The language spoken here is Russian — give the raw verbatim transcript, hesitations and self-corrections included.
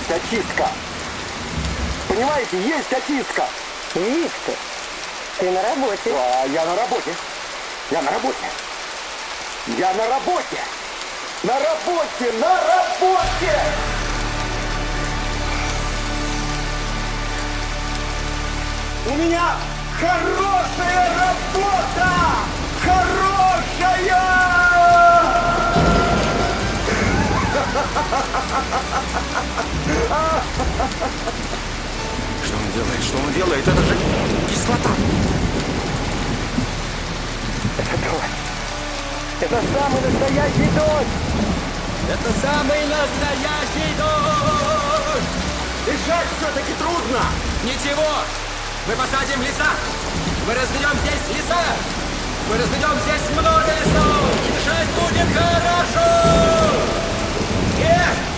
есть очистка. Понимаете, есть очистка. Виктор, ты на работе. А, я на работе. Я на работе. Я на работе. На работе, на работе! У меня хорошая работа! Хорошая! Что он делает? Что он делает? Это же кислота! Это дождь! Это самый настоящий дождь! Это самый настоящий дождь! Дышать все-таки трудно! Ничего! Мы посадим леса! Мы разведем здесь леса! Мы разведем здесь много лесов! И дышать будет хорошо! Эх!